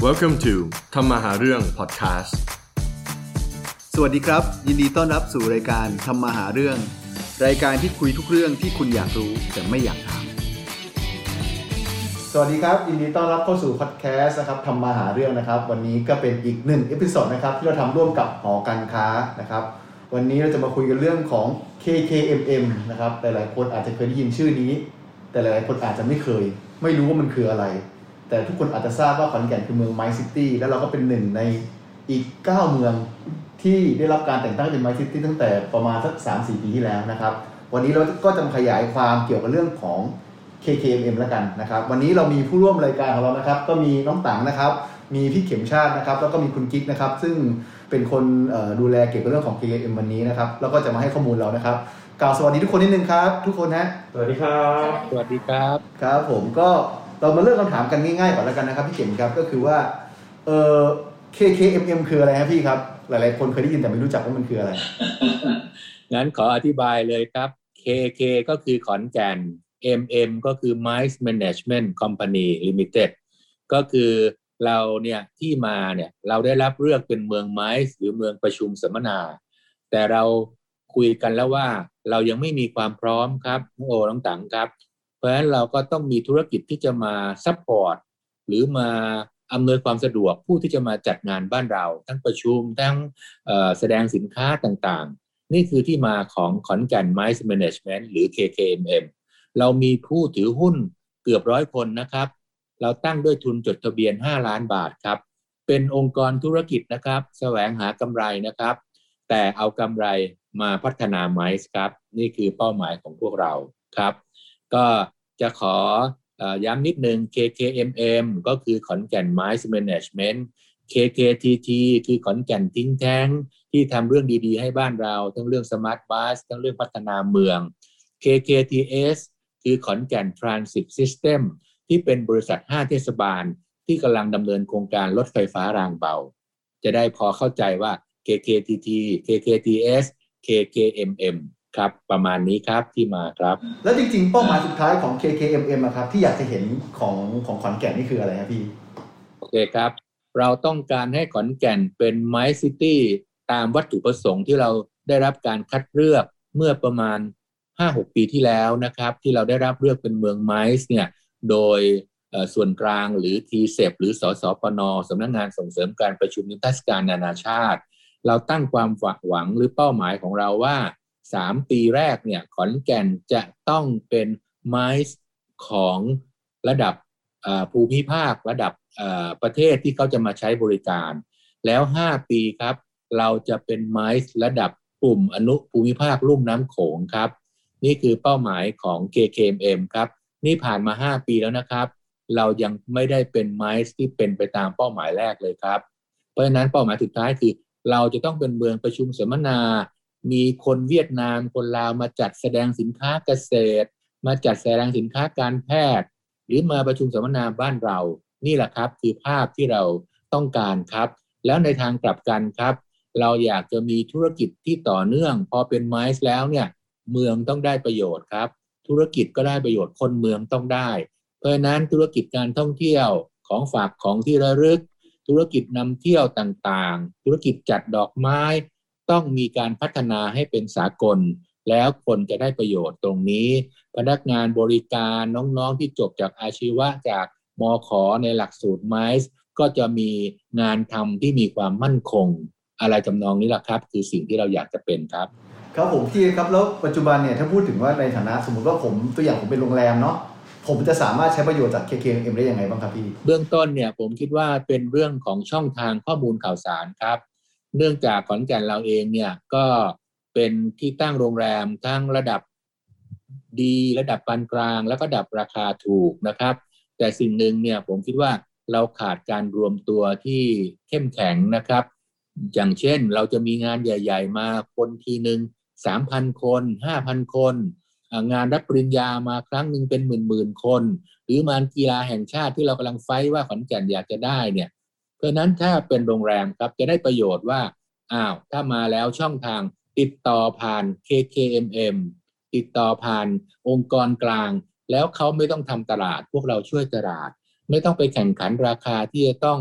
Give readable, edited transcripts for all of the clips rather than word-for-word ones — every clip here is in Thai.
Welcome to ทำมาหาเรื่อง podcast สวัสดีครับยินดีต้อนรับสู่รายการทำมาหาเรื่องรายการที่คุยทุกเรื่องที่คุณอยากรู้แต่ไม่อยากถามสวัสดีครับยินดีต้อนรับเข้าสู่พอดแคสต์นะครับทำมาหาเรื่องนะครับวันนี้ก็เป็นอีก1เอพิโซดนะครับที่เราทำร่วมกับหอการค้านะครับวันนี้เราจะมาคุยกันเรื่องของ KKMM นะครับหลายๆคนอาจจะเคยได้ยินชื่อนี้แต่หลายๆคนอาจจะไม่รู้ว่ามันคืออะไรแต่ทุกคนอาจจะทราบว่าขอนแก่นคือเมืองไมซ์ซิตี้แล้วเราก็เป็นหนึ่งในอีก9เมืองที่ได้รับการแต่งตั้งเป็นไมซ์ซิตี้ตั้งแต่ประมาณสัก 3-4 ปีที่แล้วนะครับวันนี้เราก็จะมาขยายความเกี่ยวกับเรื่องของ KKMM แล้วกันนะครับวันนี้เรามีผู้ร่วมรายการของเรานะครับก็มีน้องตังนะครับมีพี่เข็มชาตินะครับแล้วก็มีคุณกิ๊กนะครับซึ่งเป็นคนดูแลเกี่ยวกับเรื่องของ KKMM วันนี้นะครับแล้วก็จะมาให้ข้อมูลเรานะครับกล่าวสวัสดีทุกคนนิดนึงครับทุกคนนะสวัสดีครับสวัสดีครับครับผมก็เรามาเริ่มคำถามกันง่ายๆก่อนแล้วกันนะครับพี่เข็มครับก็คือว่าKKMM คืออะไรครับพี่ครับหลายๆคนเคยได้ยินแต่ไม่รู้จักว่ามันคืออะไรงั้นขออธิบายเลยครับ KK ก็คือขอนแก่น MM ก็คือ Mines Management Company Limited ก็คือเราเนี่ยที่มาเนี่ยเราได้รับเลือกเป็นเมืองไมซ์หรือเมืองประชุมสัมมนาแต่เราคุยกันแล้วว่าเรายังไม่มีความพร้อมครับน้องตังครับเพราะฉะนั้นเราก็ต้องมีธุรกิจที่จะมาซัพพอร์ตหรือมาอำนวยความสะดวกผู้ที่จะมาจัดงานบ้านเราทั้งประชุมทั้งแสดงสินค้าต่างๆนี่คือที่มาของขอนแก่น Mines Management หรือ KKMM เรามีผู้ถือหุ้นเกือบ100 คนนะครับเราตั้งด้วยทุนจดทะเบียน5 ล้านบาทครับเป็นองค์กรธุรกิจนะครับแสวงหากำไรนะครับแต่เอากำไรมาพัฒนา Mines ครับนี่คือเป้าหมายของพวกเราครับก็จะขอย้ำนิดนึง KKMM ก็คือขอนแก่น Mines Management KKTT คือขอนแก่น Think Tank ที่ทำเรื่องดีๆให้บ้านเราทั้งเรื่อง Smart Bus ทั้งเรื่องพัฒนาเมือง KKTS คือขอนแก่น Transit System ที่เป็นบริษัท5 เทศบาลที่กำลังดำเนินโครงการรถไฟฟ้ารางเบาจะได้พอเข้าใจว่า KKTT KKTS KKMM ครับประมาณนี้ครับที่มาครับแล้วจริงๆเป้าหมายสุดท้ายของ KKMM นะครับที่อยากจะเห็นของขอนแก่นนี่คืออะไรครับพี่โอเคครับเราต้องการให้ขอนแก่นเป็นไมซ์ซิตี้ตามวัตถุประสงค์ที่เราได้รับการคัดเลือกเมื่อประมาณ 5-6 ปีที่แล้วนะครับที่เราได้รับเลือกเป็นเมืองไมซ์เนี่ยโดยส่วนกลางหรือ TCEP หรือสสปน.สำนักงานส่งเสริมการประชุมนิทรรศการนานาชาติเราตั้งความหวังหรือเป้าหมายของเราว่า3 ปีแรกเนี่ยขอนแก่นจะต้องเป็นไมซ์ของระดับภูมิภาคระดับประเทศที่เขาจะมาใช้บริการแล้ว5 ปีครับเราจะเป็นไมซ์ระดับกลุ่มอนุภูมิภาคลุ่มน้ำโขงครับนี่คือเป้าหมายของ KKMM ครับนี่ผ่านมา5 ปีแล้วนะครับเรายังไม่ได้เป็นไมซ์ที่เป็นไปตามเป้าหมายแรกเลยครับเพราะฉะนั้นเป้าหมายสุดท้ายคือเราจะต้องเป็นเมืองประชุมสัมมนามีคนเวียดนามคนลาวมาจัดแสดงสินค้าเกษตรมาจัดแสดงสินค้าการแพทย์หรือมาประชุมสัมมนาบ้านเรานี่แหละครับคือภาพที่เราต้องการครับแล้วในทางกลับกันครับเราอยากจะมีธุรกิจที่ต่อเนื่องพอเป็นไมซ์แล้วเนี่ยเมืองต้องได้ประโยชน์ครับธุรกิจก็ได้ประโยชน์คนเมืองต้องได้เพราะฉะนั้นธุรกิจการท่องเที่ยวของฝากของที่ระลึกธุรกิจนำเที่ยวต่างๆธุรกิจจัดดอกไม้ต้องมีการพัฒนาให้เป็นสากลแล้วคนจะได้ประโยชน์ตรงนี้พนักงานบริการน้องๆที่จบจากอาชีวะจากมข.ในหลักสูตรไมซ์ก็จะมีงานทำที่มีความมั่นคงอะไรจำนองนี้แหละครับคือสิ่งที่เราอยากจะเป็นครับครับผมพี่ครับแล้วปัจจุบันเนี่ยถ้าพูดถึงว่าในฐานะสมมติว่าผมตัวอย่างผมเป็นโรงแรมเนาะผมจะสามารถใช้ประโยชน์จาก KKMM ได้ยังไงบ้างครับพี่เบื้องต้นเนี่ยผมคิดว่าเป็นเรื่องของช่องทางข้อมูลข่าวสารครับเนื่องจากขอนแก่นเราเองเนี่ยก็เป็นที่ตั้งโรงแรมทั้งระดับดีระดับปานกลางแล้วก็ระดับราคาถูกนะครับแต่สิ่งหนึ่งเนี่ยผมคิดว่าเราขาดการรวมตัวที่เข้มแข็งนะครับอย่างเช่นเราจะมีงานใหญ่ๆมาคนทีนึง 3,000 คน 5,000 คนงานรับปริญญามาครั้งหนึ่งเป็นหมื่นๆคนหรืองานกีฬาแห่งชาติที่เรากำลังไฟท์ว่าขอนแก่นอยากจะได้เนี่ยเพราะนั้นถ้าเป็นโรงแรมครับจะได้ประโยชน์ว่าถ้ามาแล้วช่องทางติดต่อผ่าน KKMM ติดต่อผ่านองค์กรกลางแล้วเขาไม่ต้องทำตลาดพวกเราช่วยตลาดไม่ต้องไปแข่งขันราคาที่จะต้อง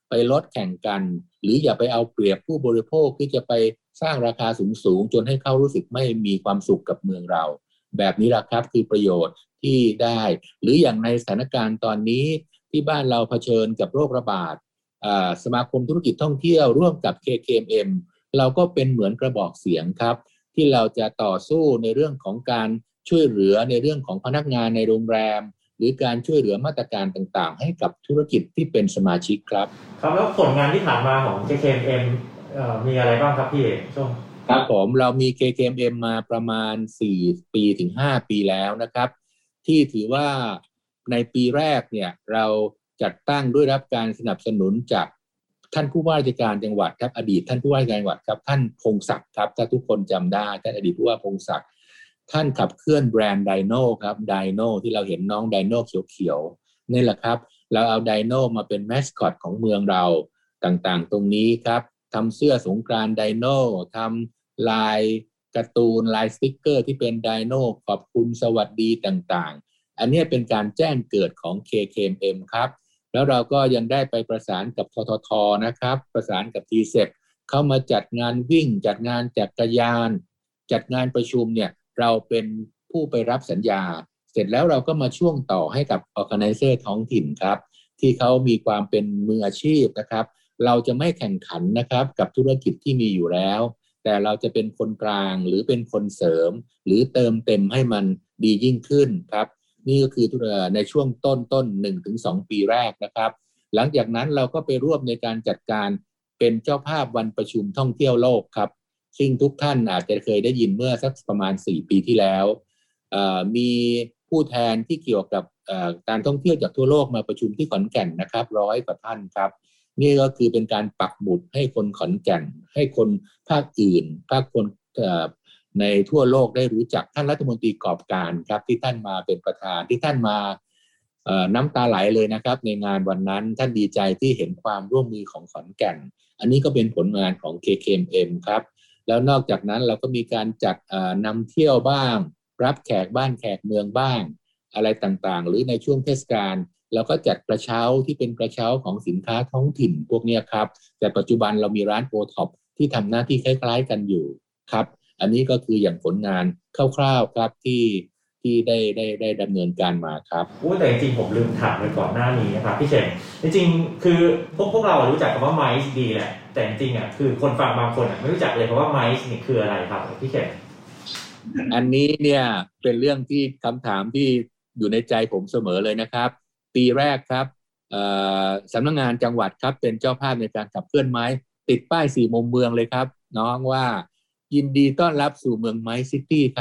ไปลดแข่งกันหรืออย่าไปเอาเปรียบผู้บริโภคที่จะไปสร้างราคาสูงจนให้เขารู้สึกไม่มีความสุขกับเมืองเราแบบนี้แหละครับคือประโยชน์ที่ได้หรืออย่างในสถานการณ์ตอนนี้ที่บ้านเราเผชิญกับโรคระบาดสมาคมธุรกิจท่องเที่ยวร่วมกับ KKMM เราก็เป็นเหมือนกระบอกเสียงครับที่เราจะต่อสู้ในเรื่องของการช่วยเหลือในเรื่องของพนักงานในโรงแรมหรือการช่วยเหลือมาตรการต่างๆให้กับธุรกิจที่เป็นสมาชิกครับครับแล้วผลงานที่ผ่านมาของ KKMM มีอะไรบ้างครับพี่ช่วงครับผมเรามี KKMM มาประมาณ4 ปีถึง5 ปีแล้วนะครับที่ถือว่าในปีแรกเนี่ยเราจัดตั้งด้วยรับการสนับสนุนจากท่านผู้ว่าราชการจังหวัดครับอดีตท่านผู้ว่าราชการจังหวัดครับท่านพงศักดิ์ครับถ้าทุกคนจำได้ท่านอดีตผู้ว่าพงศักดิ์ท่านขับเคลื่อนแบรนด์ไดโน่ครับไดโน่ที่เราเห็นน้องไดโน่เขียวๆนี่แหละครับเราเอาไดโน่มาเป็นแมสคอตของเมืองเราต่างๆตรงนี้ครับทำเสื้อสงกรานต์ไดโน่ทำลายการ์ตูนลายสติ๊กเกอร์ที่เป็นไดโน่ขอบคุณสวัสดีต่างๆอันนี้เป็นการแจ้งเกิดของ KKMM ครับแล้วเราก็ยังได้ไปประสานกับททท.นะครับประสานกับ TCEP เข้ามาจัดงานวิ่งจัดงานจักรยานจัดงานประชุมเนี่ยเราเป็นผู้ไปรับสัญญาเสร็จแล้วเราก็มาช่วงต่อให้กับ Organizer ท้องถิ่นครับที่เขามีความเป็นมืออาชีพนะครับเราจะไม่แข่งขันนะครับกับธุรกิจที่มีอยู่แล้วแต่เราจะเป็นคนกลางหรือเป็นคนเสริมหรือเติมเต็มให้มันดียิ่งขึ้นครับนี่ก็คือในช่วงต้น 1-2 ปีแรกนะครับหลังจากนั้นเราก็ไปร่วมในการจัดการเป็นเจ้าภาพวันประชุมท่องเที่ยวโลกครับซึ่งทุกท่านอาจจะเคยได้ยินเมื่อสักประมาณ4 ปีที่แล้วมีผู้แทนที่เกี่ยวกับการท่องเที่ยวจากทั่วโลกมาประชุมที่ขอนแก่นนะครับ100 กว่าท่านครับนี่ก็คือเป็นการปักหมุดให้คนขอนแก่นให้คนภาคอื่นภาคคนในทั่วโลกได้รู้จักท่านรัฐมนตรีกอบการครับที่ท่านมาเป็นประธานที่ท่านมาน้ำตาไหลเลยนะครับในงานวันนั้นท่านดีใจที่เห็นความร่วมมือของขอนแก่นอันนี้ก็เป็นผลงานของ KKMM ครับแล้วนอกจากนั้นเราก็มีการจัดนำเที่ยวบ้างรับแขกบ้านแขกเมืองบ้างอะไรต่างๆหรือในช่วงเทศกาลเราก็จัดกระเช้าที่เป็นกระเช้าของสินค้าท้องถิ่นพวกนี้ครับแต่ปัจจุบันเรามีร้านโอท็อปที่ทำหน้าที่คล้ายๆกันอยู่ครับอันนี้ก็คืออย่างผลงานคร่าวๆครับที่ได้ดำเนินการมาครับแต่จริงๆผมลืมถามไปก่อนหน้านี้นะครับพี่เชนจริงๆคือพวกเรารู้จักคำว่าไมซ์ดีแหละแต่จริงๆคือคนฟังบางคนไม่รู้จักเลยคำว่าไมซ์นี่คืออะไรครับพี่เชนอันนี้เนี่ยเป็นเรื่องที่คำถามที่อยู่ในใจผมเสมอเลยนะครับปีแรกครับสำนักงานจังหวัดครับเป็นเจ้าภาพในการขับเคลื่อนไม้ติดป้าย4 มุมเมืองเลยครับน้องว่ายินดีต้อนรับสู่เมืองไม้ซิตี้ครับ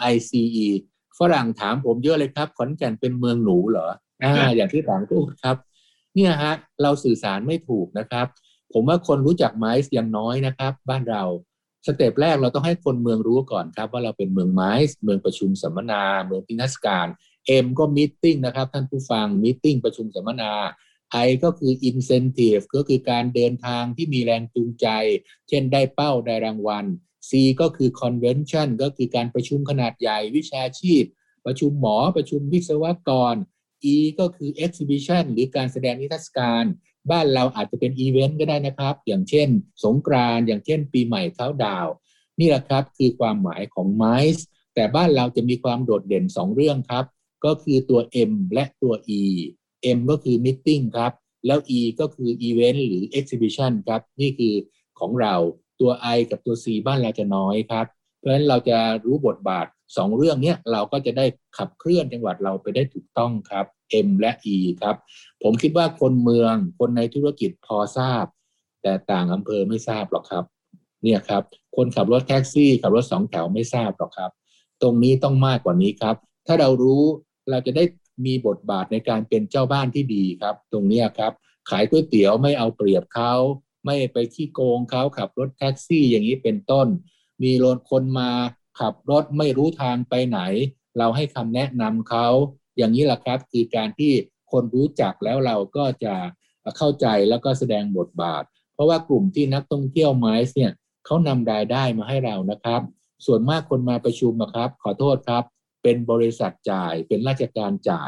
MICE ฝรั่งถามผมเยอะเลยครับขอนแก่นเป็นเมืองหนูเหรออย่างที่ต่างพูดครับเนี่ยฮะเราสื่อสารไม่ถูกนะครับผมว่าคนรู้จักไม้ยังน้อยนะครับบ้านเราสเต็ปแรกเราต้องให้คนเมืองรู้ก่อนครับว่าเราเป็นเมืองไม้เมืองประชุมสัมมนาเมืองนิทรรศการ M ก็มีตติ้งนะครับท่านผู้ฟังมีตติ้งประชุมสัมมนา I ก็คือ incentive ก็คือการเดินทางที่มีแรงจูงใจเช่นได้เป้าได้รางวัล C ก็คือ convention ก็คือการประชุมขนาดใหญ่วิชาชีพประชุมหมอประชุมวิศวกร E ก็คือ exhibition หรือการแสดงนิทรรศการบ้านเราอาจจะเป็นอีเวนต์ก็ได้นะครับอย่างเช่นสงกรานต์อย่างเช่นปีใหม่เค้าดาวน์นี่แหละครับคือความหมายของ MICE แต่บ้านเราจะมีความโดดเด่น2 เรื่องครับก็คือตัว M และตัว E M ก็คือ meeting ครับแล้ว E ก็คือ event หรือ exhibition ครับนี่คือของเราตัว I กับตัว C บ้านเราจะน้อยครับเพราะฉะนั้นเราจะรู้บทบาท2 เรื่องนี้เราก็จะได้ขับเคลื่อนจังหวัดเราไปได้ถูกต้องครับ M และ E ครับผมคิดว่าคนเมืองคนในธุรกิจพอทราบแต่ต่างอำเภอไม่ทราบหรอกครับเนี่ยครับคนขับรถแท็กซี่ขับรถ2 แถวไม่ทราบหรอกครับตรงนี้ต้องมากกว่านี้ครับถ้าเรารู้เราจะได้มีบทบาทในการเป็นเจ้าบ้านที่ดีครับตรงนี้ครับขายก๋วยเตี๋ยวไม่เอาเปรียบเขาไม่ไปขี้โกงเขาขับรถแท็กซี่อย่างนี้เป็นต้นมีรถคนมาขับรถไม่รู้ทางไปไหนเราให้คำแนะนำเขาอย่างนี้แหละครับคือการที่คนรู้จักแล้วเราก็จะเข้าใจแล้วก็แสดงบทบาทเพราะว่ากลุ่มที่นักท่องเที่ยวไมซ์เนี่ยเขานำรายได้มาให้เรานะครับส่วนมากคนมาประชุมนะครับขอโทษครับเป็นบริษัทจ่ายเป็นราชการจ่าย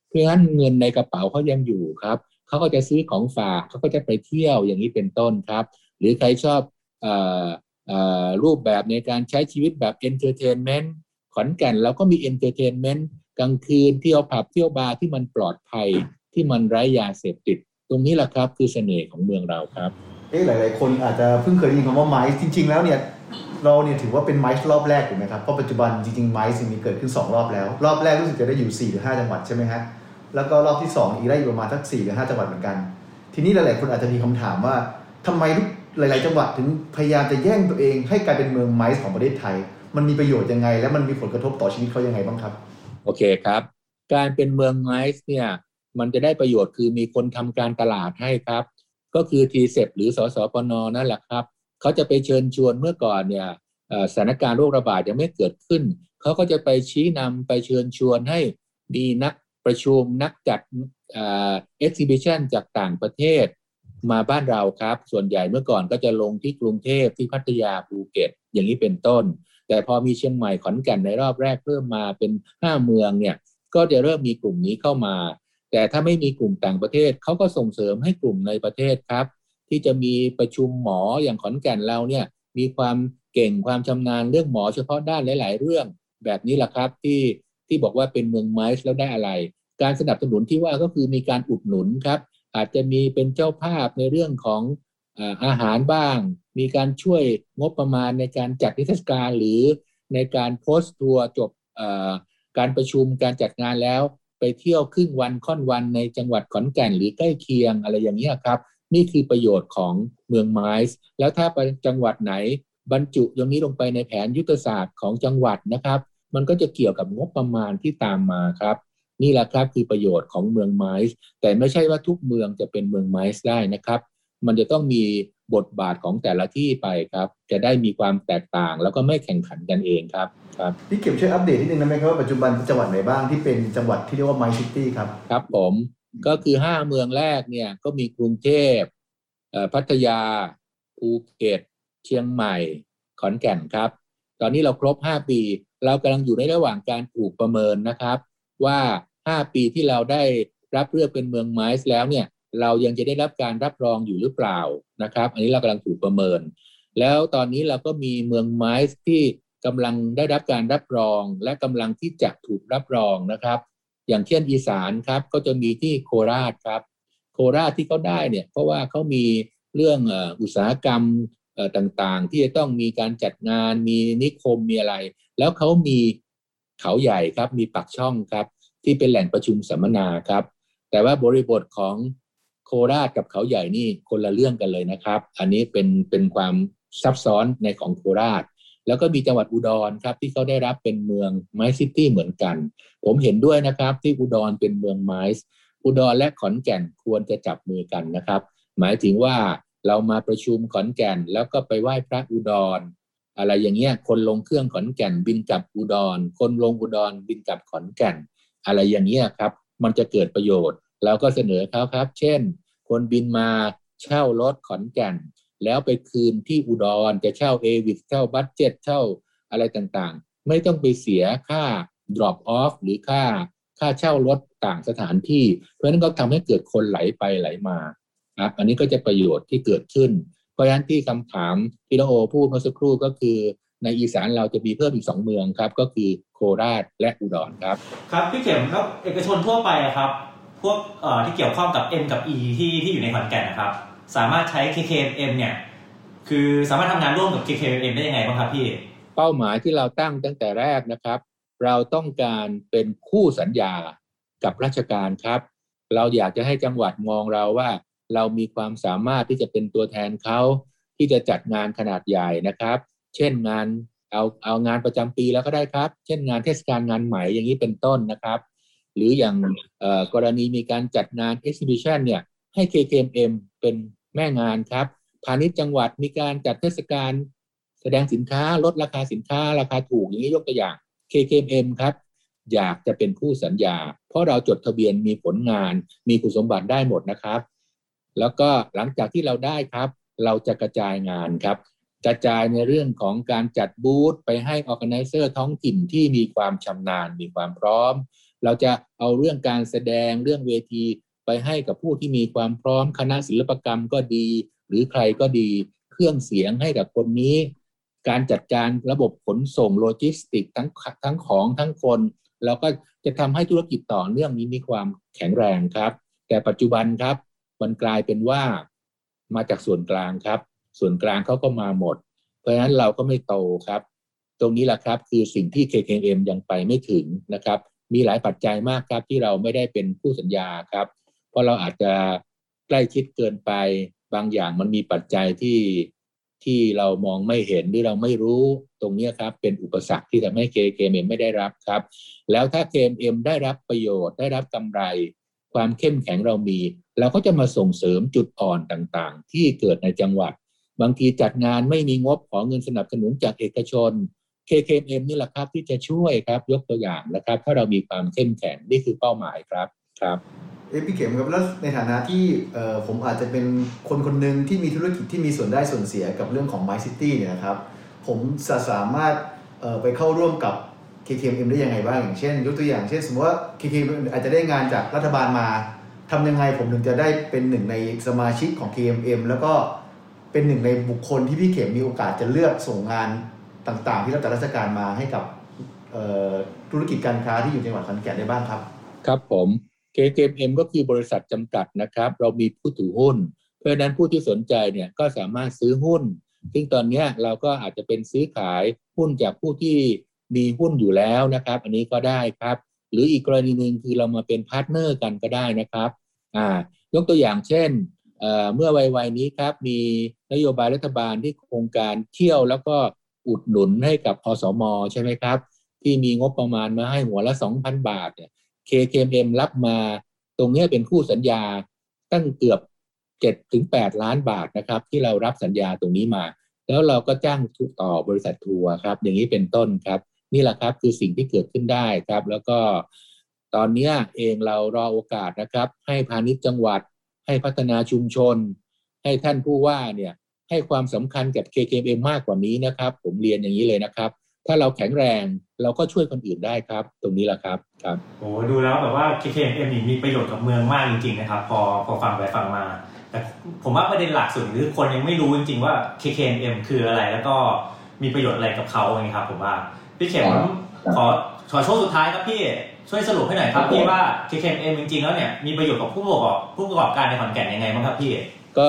เพราะฉะนั้นเงินในกระเป๋าเขายังอยู่ครับเขาก็จะซื้อของฝากเขาก็จะไปเที่ยวอย่างนี้เป็นต้นครับหรือใครชอบเอ่อรูปแบบในการใช้ชีวิตแบบเอนเตอร์เทนเมนต์ขอนแก่นเราก็มีเอนเตอร์เทนเมนต์กลางคืนเที่ยวผับเที่ยวบาร์ที่มันปลอดภัยที่มันไร้ยาเสพติดตรงนี้แหละครับคือเสน่ห์ของเมืองเราครับหลายๆคนอาจจะเพิ่งเคยได้ยินคำว่าไมซ์จริงๆแล้วเนี่ยเราเนี่ยถือว่าเป็นไมซ์รอบแรกถูกไหมครับเพราะปัจจุบันจริงๆไมซ์มีเกิดขึ้น2รอบแล้วรอบแรกรู้สึกจะได้อยู่4หรือ5จังหวัดใช่ไหมฮะแล้วก็รอบที่2อีกได้อยู่ประมาณสัก4หรือ5จังหวัดเหมือนกันทีนี้หลายๆคนอาจจะมีคำถามว่าทำไมหลายๆจังหวัดถึงพยายามจะแย่งตัวเองให้กลายเป็นเมืองไมซ์ของประเทศไทยมันมีประโยชน์ยังไงและมันมีผลกระทบต่อชีวิตเขายังไงบ้างครับโอเคครับการเป็นเมืองไมซ์เนี่ยมันจะได้ประโยชน์คือมีคนทำการตลาดให้ครับก็คือ TCEP หรือสสปน.นั่นแหละครับเขาจะไปเชิญชวนเมื่อก่อนเนี่ยสถานการณ์โรคระบาดยังไม่เกิดขึ้นเขาก็จะไปชี้นำไปเชิญชวนให้มีนักประชุมนักจัดexhibition จากต่างประเทศมาบ้านเราครับส่วนใหญ่เมื่อก่อนก็จะลงที่กรุงเทพที่พัทยาภูเก็ตอย่างนี้เป็นต้นแต่พอมีเชียงใหม่ขอนแก่นในรอบแรกเพิ่มมาเป็น5เมืองเนี่ยก็จะเริ่มมีกลุ่มนี้เข้ามาแต่ถ้าไม่มีกลุ่มต่างประเทศเขาก็ส่งเสริมให้กลุ่มในประเทศครับที่จะมีประชุมหมออย่างขอนแก่นเราเนี่ยมีความเก่งความชำนาญเรื่องหมอเฉพาะด้านหลายๆเรื่องแบบนี้แหละครับที่บอกว่าเป็นเมืองไมซ์แล้วได้อะไรการสนับสนุนที่ว่าก็คือมีการอุดหนุนครับอาจจะมีเป็นเจ้าภาพในเรื่องของอาหารบ้างมีการช่วยงบประมาณในการจัดนิทรรศการหรือในการโพสต์ทัวร์จบการประชุมการจัดงานแล้วไปเที่ยวครึ่งวันค่อนวันในจังหวัดขอนแก่นหรือใกล้เคียงอะไรอย่างนี้ครับนี่คือประโยชน์ของเมืองไมซ์แล้วถ้าไปจังหวัดไหนบรรจุอย่างนี้ลงไปในแผนยุทธศาสตร์ของจังหวัดนะครับมันก็จะเกี่ยวกับงบประมาณที่ตามมาครับนี่แหละครับคือประโยชน์ของเมืองไมซ์แต่ไม่ใช่ว่าทุกเมืองจะเป็นเมืองไมซ์ได้นะครับมันจะต้องมีบทบาทของแต่ละที่ไปครับจะได้มีความแตกต่างแล้วก็ไม่แข่งขันกันเองครับพี่เก็บช่วยอัปเดตนิดนึงได้ไหมครับว่าปัจจุบันจังหวัดไหนบ้างที่เป็นจังหวัดที่เรียกว่าไมซ์ซิตี้ครับครับผมก็คือ5เมืองแรกเนี่ยก็มีกรุงเทพพัทยาภูเก็ตเชียงใหม่ขอนแก่นครับตอนนี้เราครบ5ปีเรากำลังอยู่ในระหว่างการถูกประเมินนะครับว่า5ปีที่เราได้รับเลือกเป็นเมืองไมซ์แล้วเนี่ยเรายังจะได้รับการรับรองอยู่หรือเปล่านะครับอันนี้เรากำลังถูกประเมินแล้วตอนนี้เราก็มีเมืองไมซ์ที่กำลังได้รับการรับรองและกำลังที่จะถูกรับรองนะครับอย่างเช่นอีสานครับก็จะมีที่โคราชครับโคราชที่เขาได้เนี่ยเพราะว่าเขามีเรื่องอุตสาหกรรมต่างๆที่จะต้องมีการจัดงานมีนิคมมีอะไรแล้วเขามีเขาใหญ่ครับมีปากช่องครับที่เป็นแหล่งประชุมสัมมนาครับแต่ว่าบริบทของโคราชกับเขาใหญ่นี่คนละเรื่องกันเลยนะครับอันนี้เป็นความซับซ้อนในของโคราชแล้วก็มีจังหวัดอุดรครับที่เขาได้รับเป็นเมืองไมซ์ซิตี้เหมือนกันผมเห็นด้วยนะครับที่อุดรเป็นเมืองไมซ์อุดรและขอนแก่นควรจะจับมือกันนะครับหมายถึงว่าเรามาประชุมขอนแก่นแล้วก็ไปไหว้พระอุดรอะไรอย่างเงี้ยคนลงเครื่องขอนแก่นบินกลับอุดรคนลงอุดรบินกลับขอนแก่นอะไรอย่างเงี้ยครับมันจะเกิดประโยชน์เราก็เสนอเขาครับเช่นคนบินมาเช่ารถขอนแก่นแล้วไปคืนที่อุดรจะเช่าเอวิสเช่าบัดเจ็ตเช่าอะไรต่างๆไม่ต้องไปเสียค่า drop off หรือค่าเช่ารถต่างสถานที่เพราะฉะนั้นก็ทำให้เกิดคนไหลไปไหลมาครับอันนี้ก็จะประโยชน์ที่เกิดขึ้นเพราะฉะนั้นที่คำถามที่น้องโอพูดเมื่อสักครู่ก็คือในอีสานเราจะมีเพิ่มอีก2เมืองครับก็คือโคราชและอุดรครับครับพี่เข็มครับเอกชนทั่วไปครับพวกที่เกี่ยวข้องกับ M กับ E ที่อยู่ในขอนแก่นนะครับสามารถใช้ KKM เนี่ยคือสามารถทำงานร่วมกับ KKM ได้ยังไงบ้างครับพี่เป้าหมายที่เราตั้งแต่แรกนะครับเราต้องการเป็นคู่สัญญากับราชการครับเราอยากจะให้จังหวัดมองเราว่าเรามีความสามารถที่จะเป็นตัวแทนเขาที่จะจัดงานขนาดใหญ่นะครับเช่นงานเอางานประจำปีแล้วก็ได้ครับเช่นงานเทศกาลงานไหมอย่างนี้เป็นต้นนะครับหรืออย่างกรณีมีการจัดงาน exhibition เนี่ยให้ KKM เป็นแม่งานครับพาณิชย์จังหวัดมีการจัดเทศกาลแสดงสินค้าลดราคาสินค้าราคาถูกอย่างนี้ยกตัวอย่าง KKM ครับอยากจะเป็นผู้สัญญาเพราะเราจดทะเบียนมีผลงานมีคุณสมบัติได้หมดนะครับแล้วก็หลังจากที่เราได้ครับเราจะกระจายงานครับกระจายในเรื่องของการจัดบูธไปให้ organizer ท้องถิ่นที่มีความชำนาญมีความพร้อมเราจะเอาเรื่องการแสดงเรื่องเวทีไปให้กับผู้ที่มีความพร้อมคณะศิลปกรรมก็ดีหรือใครก็ดีเครื่องเสียงให้กับคนนี้การจัดการระบบขนส่งโลจิสติกทั้งของทั้งคนเราก็จะทำให้ธุรกิจต่อเนื่องนี้มีความแข็งแรงครับแต่ปัจจุบันครับมันกลายเป็นว่ามาจากส่วนกลางครับส่วนกลางเขาก็มาหมดเพราะฉะนั้นเราก็ไม่โตครับตรงนี้แหละครับคือสิ่งที่ KKM ยังไปไม่ถึงนะครับมีหลายปัจจัยมากครับที่เราไม่ได้เป็นผู้สัญญาครับเพราะเราอาจจะใกล้ชิดเกินไปบางอย่างมันมีปัจจัยที่เรามองไม่เห็นหรือเราไม่รู้ตรงนี้ครับเป็นอุปสรรคที่ทำให้ KKM ไม่ได้รับครับแล้วถ้า KKM ได้รับประโยชน์ได้รับกำไรความเข้มแข็งเรามีเราก็จะมาส่งเสริมจุดอ่อนต่างๆที่เกิดในจังหวัดบางทีจัดงานไม่มีงบขอเงินสนับสนุนจากเอกชน KKM นี่แหละครับที่จะช่วยครับยกตัวอย่างนะครับถ้าเรามีความเข้มแข็งนี่คือเป้าหมายครับพี่เข็มครับแล้วในฐานะที่ผมอาจจะเป็นคนหนึ่งที่มีธุรกิจที่มีส่วนได้ส่วนเสียกับเรื่องของ My City เนี่ยนะครับผมสามารถไปเข้าร่วมกับ KKM ได้ยังไงบ้างอย่างเช่นยกตัวอย่างเช่นสมมติว่า KKM อาจจะได้งานจากรัฐบาลมาทำยังไงผมถึงจะได้เป็นหนึ่งในสมาชิกของ KKM แล้วก็เป็นหนึ่งในบุคคลที่พี่เข็มมีโอกาสจะเลือกส่งงานต่างๆที่รับจากราชการมาให้กับธุรกิจการค้าที่อยู่ในจังหวัดขอนแก่นได้บ้างครับครับผม KKM ก็คือบริษัทจำกัดนะครับเรามีผู้ถือหุ้นเพราะฉะนั้นผู้ที่สนใจเนี่ยก็สามารถซื้อหุ้นซึ่งตอนนี้เราก็อาจจะเป็นซื้อขายหุ้นจากผู้ที่มีหุ้นอยู่แล้วนะครับอันนี้ก็ได้ครับหรืออีกกรณีหนึ่งคือเรามาเป็นพาร์ทเนอร์กันก็ได้นะครับยกตัวอย่างเช่นเมื่อวัยนี้ครับมีนโยบายรัฐบาลที่โครงการเที่ยวแล้วก็อุดหนุนให้กับอสม.ใช่ไหมครับที่มีงบประมาณมาให้หัวละ 2,000 บาทเนี่ย KKM รับมาตรงนี้เป็นคู่สัญญาตั้งเกือบ 7-8 ล้านบาทนะครับที่เรารับสัญญาตรงนี้มาแล้วเราก็จ้างต่อบริษัททัวร์ครับอย่างนี้เป็นต้นครับนี่แหละครับคือสิ่งที่เกิดขึ้นได้ครับแล้วก็ตอนนี้เองเรารอโอกาสนะครับให้พาณิชย์จังหวัดให้พัฒนาชุมชนให้ท่านผู้ว่าเนี่ยให้ความสำคัญกับ KKM มากกว่านี้นะครับผมเรียนอย่างนี้เลยนะครับถ้าเราแข็งแรงเราก็ช่วยคนอื่นได้ครับตรงนี้แหละครับโอ้ดูแล้วแบบว่า KKM นี่มีประโยชน์กับเมืองมากจริงๆนะครับพอฟังไปฟังมาแต่ผมว่าประเด็นหลักสุดคือคนยังไม่รู้จริงๆว่า KKM คืออะไรแล้วก็มีประโยชน์อะไรกับเขาไงครับผมว่าพี่เข็มขอช่วงสุดท้ายครับพี่ช่วยสรุปให้หน่อยครับพี่ว่า KKM จริงๆแล้วเนี่ยมีประโยชน์กับผู้ประกอบการในขอนแก่นยังไงบ้างครับพี่ก็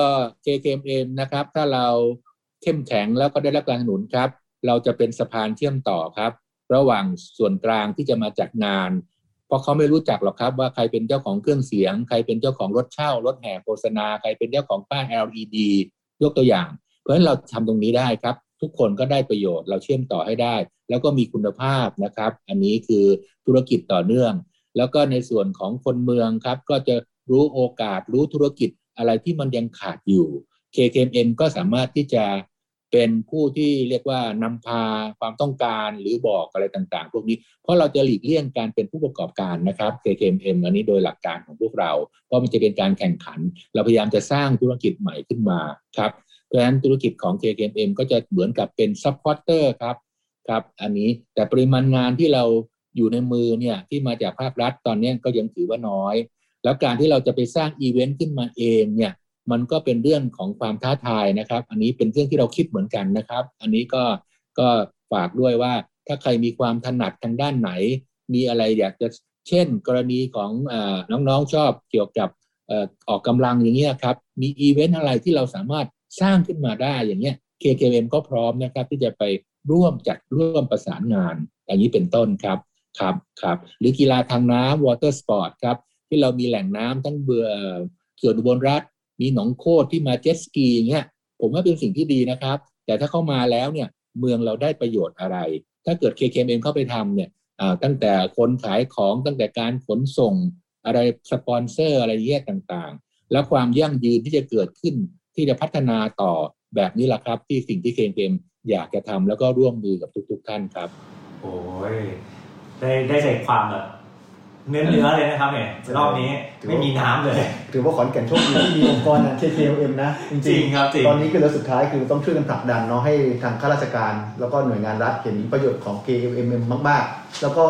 KKM นะครับถ้าเราเข้มแข็งแล้วก็ได้รับการสนับสนุนครับเราจะเป็นสะพานเชื่อมต่อครับระหว่างส่วนกลางที่จะมาจัดงานเพราะเขาไม่รู้จักหรอกครับว่าใครเป็นเจ้าของเครื่องเสียงใครเป็นเจ้าของรถเช่ารถแห่โฆษณาใครเป็นเจ้าของป้าย LED ยกตัวอย่างเพราะฉะนั้นเราทำตรงนี้ได้ครับทุกคนก็ได้ประโยชน์เราเชื่อมต่อให้ได้แล้วก็มีคุณภาพนะครับอันนี้คือธุรกิจต่อเนื่องแล้วก็ในส่วนของคนเมืองครับก็จะรู้โอกาสรู้ธุรกิจอะไรที่มันยังขาดอยู่ KKM ก็สามารถที่จะเป็นผู้ที่เรียกว่านำพาความต้องการหรือบอกอะไรต่างๆพวกนี้เพราะเราจะหลีกเลี่ยงการเป็นผู้ประกอบการนะครับ KKM อันนี้โดยหลักการของพวกเราเพราะมันจะเป็นการแข่งขันเราพยายามจะสร้างธุรกิจใหม่ขึ้นมาครับเพราะฉะนั้นธุรกิจของ KKM ก็จะเหมือนกับเป็นซัพพอร์เตอร์ครับอันนี้แต่ปริมาณงานที่เราอยู่ในมือเนี่ยที่มาจากภาครัฐตอนนี้ก็ยังถือว่าน้อยแล้วการที่เราจะไปสร้างอีเวนต์ขึ้นมาเองเนี่ยมันก็เป็นเรื่องของความท้าทายนะครับอันนี้เป็นเรื่องที่เราคิดเหมือนกันนะครับอันนี้ก็ฝากด้วยว่าถ้าใครมีความถนัดทางด้านไหนมีอะไรอยากจะเช่นกรณีของน้องๆชอบเกี่ยวกับออกกำลังอย่างเงี้ยครับมีอีเวนต์อะไรที่เราสามารถสร้างขึ้นมาได้อย่างเงี้ย KKM ก็พร้อมนะครับที่จะไปร่วมจัดร่วมประสานงานอย่างนี้เป็นต้นครับหรือกีฬาทางน้ำ water sport ครับที่เรามีแหล่งน้ำทั้งส่วนอุบลรัฐมีหนองโคตรที่มาเจ็ตสกีอย่างเงี้ยผมว่าเป็นสิ่งที่ดีนะครับแต่ถ้าเข้ามาแล้วเนี่ยเมืองเราได้ประโยชน์อะไรถ้าเกิด KKM เข้าไปทำเนี่ยตั้งแต่คนขายของตั้งแต่การขนส่งอะไรสปอนเซอร์อะไรเงี้ยต่างๆแล้วความยั่งยืนที่จะเกิดขึ้นที่จะพัฒนาต่อแบบนี้แหละครับที่สิ่งที่ KKM อยากจะทำแล้วก็ร่วมมือกับทุกท่านครับโอ้ยได้ใจความแบบเนื้อเลยนะครับเนี่ยรอบนี้ไม่มีน้ำเลยถือว่าขอนแก่นโชคดีที่มีองค์กรอย่าง KKM นะจริงครับตอนนี้คือเรื่องสุดท้ายคือต้องช่วยกันผลักดันเนาะให้ทางข้าราชการแล้วก็หน่วยงานรัฐเห็นประโยชน์ของ KKM มากๆแล้วก็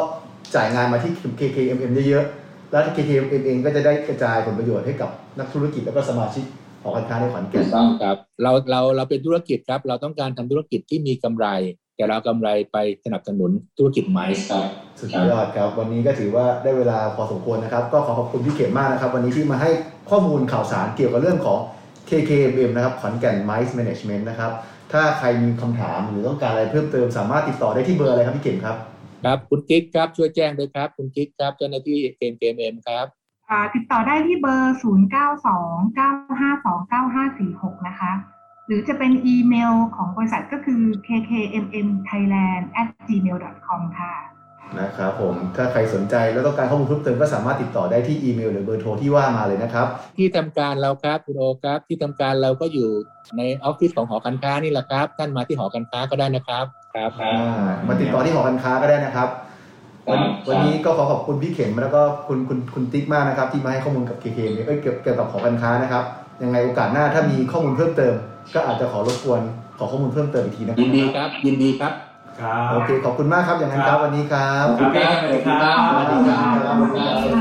จ่ายงานมาที่ KKMM เยอะๆแล้ว KKMM เองก็จะได้กระจายผลประโยชน์ให้กับนักธุรกิจแล้วก็สมาชิกหอการค้าในขอนแก่นต้องครับเราเป็นธุรกิจครับเราต้องการทำธุรกิจที่มีกำไรแต่เรากำไรไปสนับสนุนธุรกิจไม้ครับสุดยอดครับวันนี้ก็ถือว่าได้เวลาพอสมควรนะครับก็ขอขอบคุณพี่เข็มมากนะครับวันนี้ที่มาให้ข้อมูลข่าวสารเกี่ยวกับเรื่องของ KKMM นะครับขอนแก่น Mice Management นะครับถ้าใครมีคำถามหรือต้องการอะไรเพิ่มเติมสามารถติดต่อได้ที่เบอร์อะไรครับพี่เข็มครับครับคุณกิ๊กครับช่วยแจ้งด้วยครับคุณกิ๊กครับเจ้าหน้าที่ KKMM ครับติดต่อได้ที่เบอร์0929529546นะคะหรือจะเป็นอีเมลของบริษัทก็คือ kkmmthailand@gmail.com ค่ะนะครับผมถ้าใครสนใจแล้วต้องการข้อมูลเพิ่มเติมก็สามารถติดต่อได้ที่อีเมลหรือเบอร์โทรที่ว่ามาเลยนะครับที่ทำการเราครับคุณโอครับที่ทำการเราก็อยู่ในออฟฟิศของหอการค้านี่แหละครับท่านมาที่หอการค้าก็ได้นะครับครับมาติดต่อที่หอการค้าก็ได้นะครับวันนี้ก็ขอขอบคุณพี่เข็มแล้วก็คุณติ๊กมากนะครับที่มาให้ข้อมูลกับ KK เกี่ยวกับหอการค้านะครับยังไงโอกาสหน้าถ้ามีข้อมูลเพิ่มเติมก็อาจจะขอรบกวนขอข้อมูลเพิ่มเติมอีกทีนะครับยินดีครับยินดีครับโอเคขอบคุณมากครับอย่างนั้นครับวันนี้ครับสวัสดีครับ